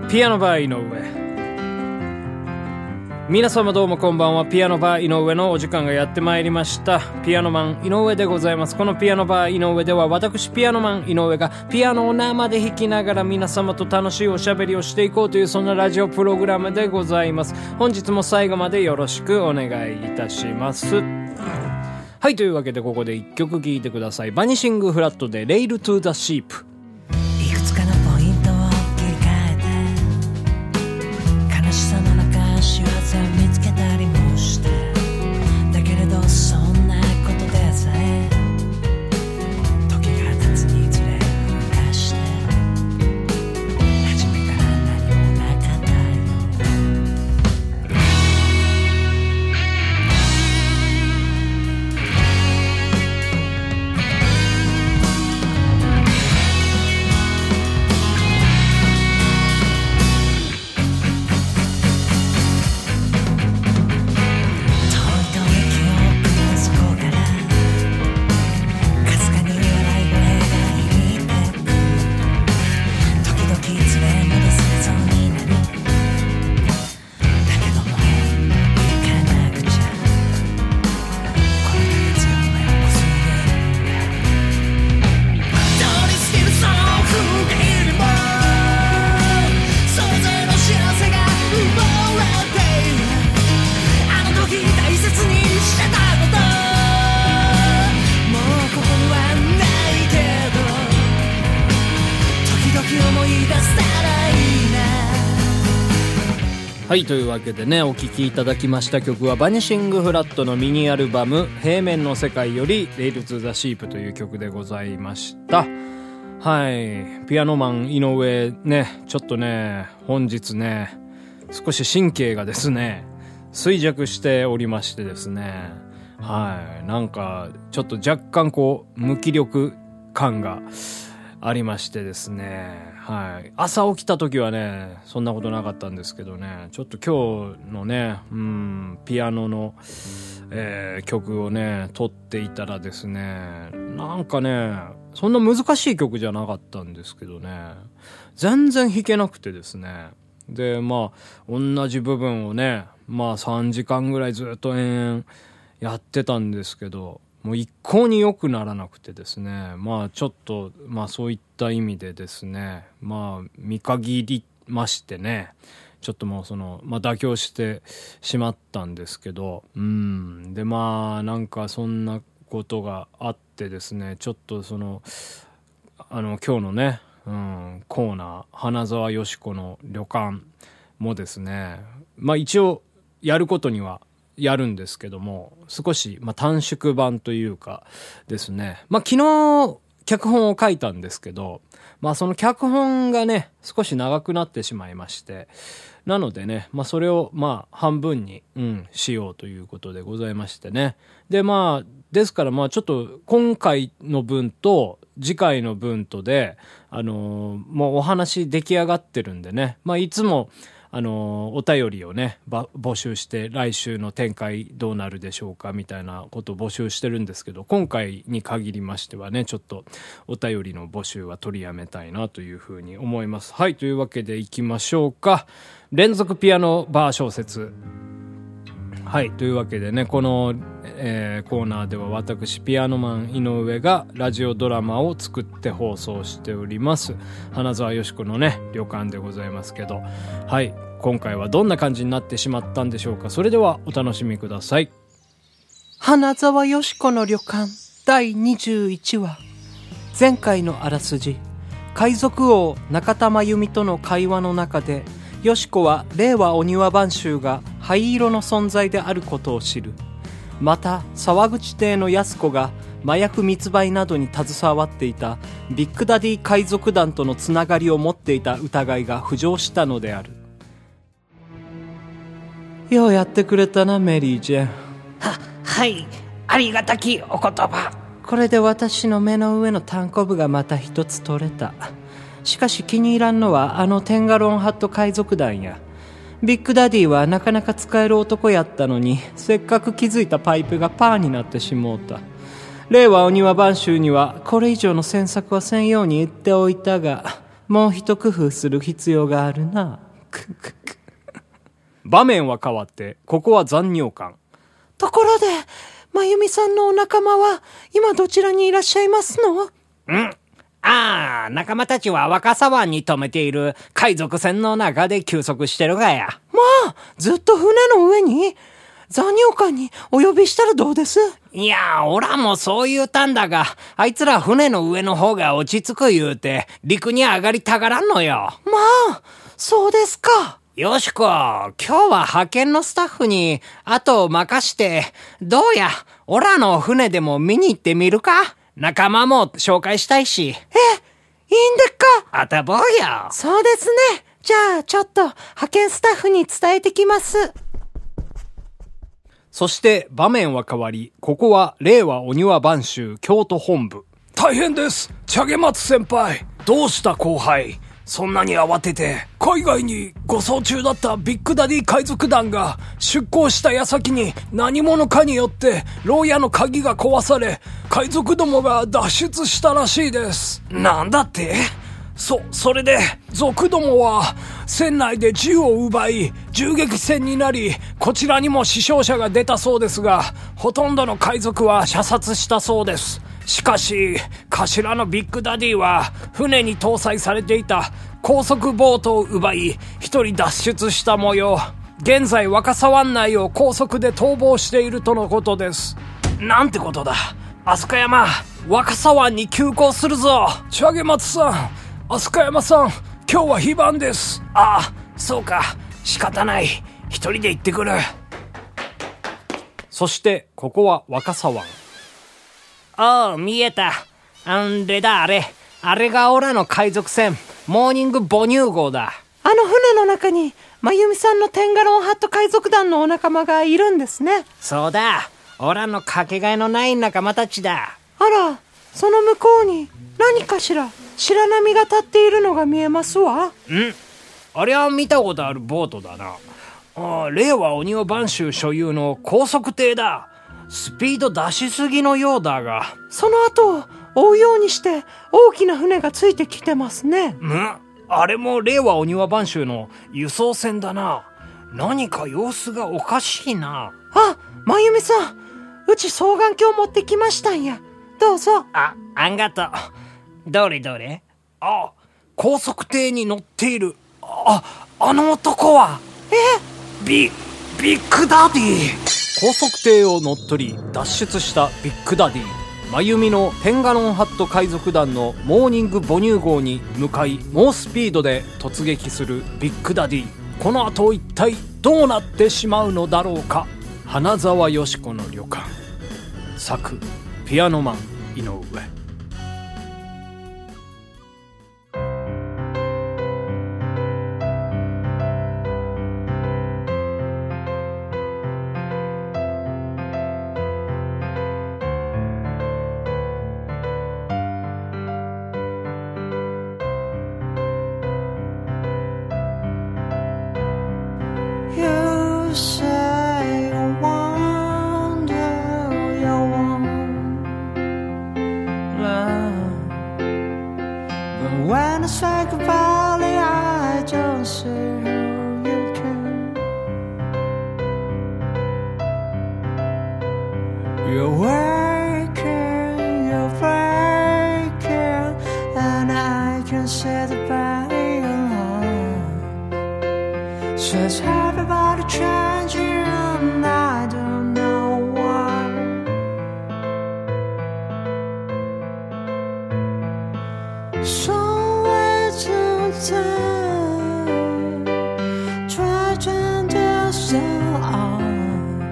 ピアノバー井上。皆様どうもこんばんは。ピアノバー井上のお時間がやってまいりました。ピアノマン井上でございます。このピアノバー井上では、私ピアノマン井上がピアノを生で弾きながら皆様と楽しいおしゃべりをしていこうという、そんなラジオプログラムでございます。本日も最後までよろしくお願いいたします。はい、というわけでここで1曲聴いてください。バニシングフラットでレイルトゥザシープ。 いくつかのポイントを切り替えて、悲しさの中幸せを見つけたりもして、だけれどそんなことでさえ時が経つにつれふらして、初めから何もなかったよ。 はい、というわけでね、お聴きいただきました曲はバニシングフラットのミニアルバム平面の世界よりレイルトゥザシープという曲でございました。はい、ピアノマン井上ね、ちょっとね本日ね少し神経がですね衰弱しておりましてですね、はい、なんかちょっと若干こう無気力感がありましてですね、はい、朝起きた時はねそんなことなかったんですけどね、ちょっと今日のね、ピアノの、曲をね撮っていたらですね、なんかねそんな難しい曲じゃなかったんですけどね、全然弾けなくてですね、でまあ同じ部分をね3時間ぐらいずっと延々やってたんですけど、もう一向に良くならなくてですね、ちょっとそういった意味でですね、見限りましてね、ちょっともう妥協してしまったんですけど、でなんかそんなことがあってですね、ちょっと今日のね、コーナー花沢よし子の旅館もですね、一応やることにはやるんですけども、少し短縮版というかですね、昨日脚本を書いたんですけど、その脚本がね少し長くなってしまいまして、なのでねそれを半分に、しようということでございましてね、でですからちょっと今回の分と次回の分とでもうお話出来上がってるんでね、いつもお便りをね募集して、来週の展開どうなるでしょうかみたいなことを募集してるんですけど、今回に限りましてはねちょっとお便りの募集は取りやめたいなというふうに思います。はい、というわけでいきましょうか。連続ピアノバー小説。はい、というわけでね、この、コーナーでは私ピアノマン井上がラジオドラマを作って放送しております花沢よし子のね旅館でございますけど、はい、今回はどんな感じになってしまったんでしょうか。それではお楽しみください。 花沢よし子の旅館第21話。前回のあらすじ。海賊王中田真由美との会話の中で、よし子は令和お庭番衆が灰色の存在であることを知る。また沢口邸の安子が麻薬密売などに携わっていたビッグダディ海賊団とのつながりを持っていた疑いが浮上したのである。ようやってくれたなメリージェン。 はい、ありがたきお言葉。 これで私の目の上のタンコブがまた一つ取れた。しかし気に入らんのはテンガロンハット海賊団や。ビッグダディはなかなか使える男やったのに、せっかく気づいたパイプがパーになってしもうた。令和お庭番衆にはこれ以上の詮索はせんように言っておいたが、 もう一工夫する必要があるな。 場面は変わって、ここは残尿館。 ところで、まゆみさんのお仲間は今どちらにいらっしゃいますの？ 仲間たちは若狭湾に止めている海賊船の中で休息してるがや。 まあ、ずっと船の上に？残尿館にお呼びしたらどうです？ いや、オラもそう言うたんだが、あいつら船の上の方が落ち着く言うて、陸に上がりたがらんのよ。 まあ、そうですか。 よしこ、今日は派遣のスタッフに後を任して、どうや、オラの船でも見に行ってみるか？仲間も紹介したいし。 いいんでっか？ あたぼうよ。 そうですね。じゃあ、ちょっと派遣スタッフに伝えてきます。 そして場面は変わり、ここは令和お庭番衆京都本部。大変です、茶毛松先輩。どうした後輩、そんなに慌てて。海外に護送中だったビッグダディ海賊団が出港した矢先に何者かによって牢屋の鍵が壊され、海賊どもが脱出したらしいです。なんだって？それで賊どもは船内で銃を奪い銃撃戦になり、こちらにも死傷者が出たそうですが、ほとんどの海賊は射殺したそうです。しかし頭のビッグダディは船に搭載されていた高速ボートを奪い一人脱出した模様。現在若狭湾内を高速で逃亡しているとのことです。なんてことだ、飛鳥山、若狭湾に急行するぞ。茶毛松さん、飛鳥山さん、今日は非番です。ああ、そうか、仕方ない、一人で行ってくる。そしてここは若狭湾。ああ、見えた。あれだ、あれがオラの海賊船モーニング母乳号だ。 あの船の中にまゆみさんのテンガロンハット海賊団のお仲間がいるんですね。 そうだ、オラのかけがえのない仲間たちだ。 あら、その向こうに何かしら白波が立っているのが見えますわ。 あれは見たことあるボートだな。令和お庭番衆所有の高速艇だ。スピード出しすぎのようだが、 その後を追うようにして大きな船がついてきてますね。 あれも令和お庭番衆の輸送船だな。何か様子がおかしいな。 あ、まゆみさん、うち双眼鏡持ってきましたんや。どうぞ。 あんがとう。どれ？高速艇に乗っている。あの男は。ビッグダディ。高速艇を乗っ取り脱出したビッグダディ。真由美のテンガロンハット海賊団のモーニング母乳号に向かい猛スピードで突撃するビッグダディ。この後一体どうなってしまうのだろうか。花沢よし子の旅館。作ピアノマン井上。 You say you wonder you want love, but when I say goodbye, I don't see who you can. You're waking, you're breaking, and I can see the pain. Says everybody changing and I don't know why. So little time, try to understand,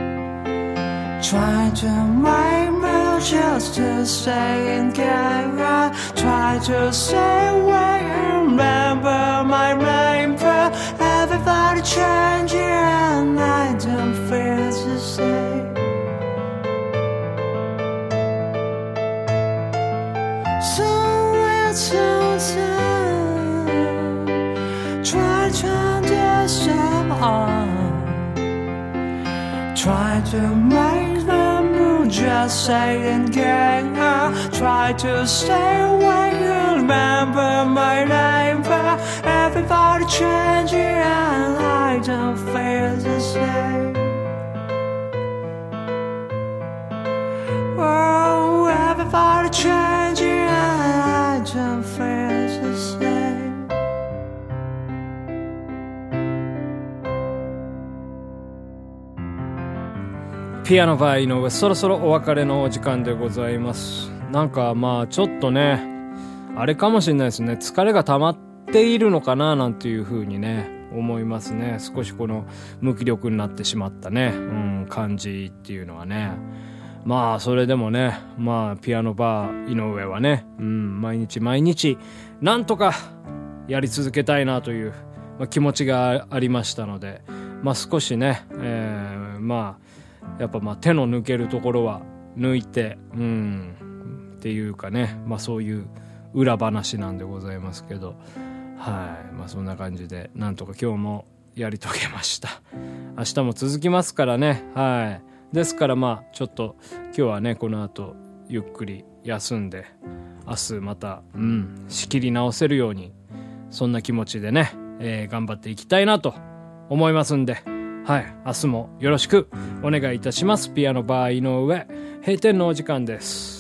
try to make me just to say and get right. Try to say away and remember my main prayer. Everybody changing and I don't feel the same. So little time, try to understand, try to make the moon just say and get out. Try to stay awake and remember my name. everybody changing and I don't feel the same. Oh, everybody changing and I don't feel the same. ピアノバー井上、そろそろお別れのお時間でございます。なんかまあちょっとね、あれかもしれないですね、疲れが溜まっているのかななんていう風にね思いますね。少しこの無気力になってしまったね、感じっていうのはね。まあそれでもね、まあピアノバー井上はね、毎日毎日なんとかやり続けたいなという、気持ちがありましたので、少しね、まあやっぱ手の抜けるところは抜いて、っていうかね、そういう裏話なんでございますけど、はい、そんな感じでなんとか今日もやり遂げました。明日も続きますからね、はい。ですからちょっと今日はねこの後ゆっくり休んで、明日また仕切り直せるように、そんな気持ちでね、頑張っていきたいなと思いますんで、はい、明日もよろしくお願いいたします。ピアノバー井上、閉店のお時間です。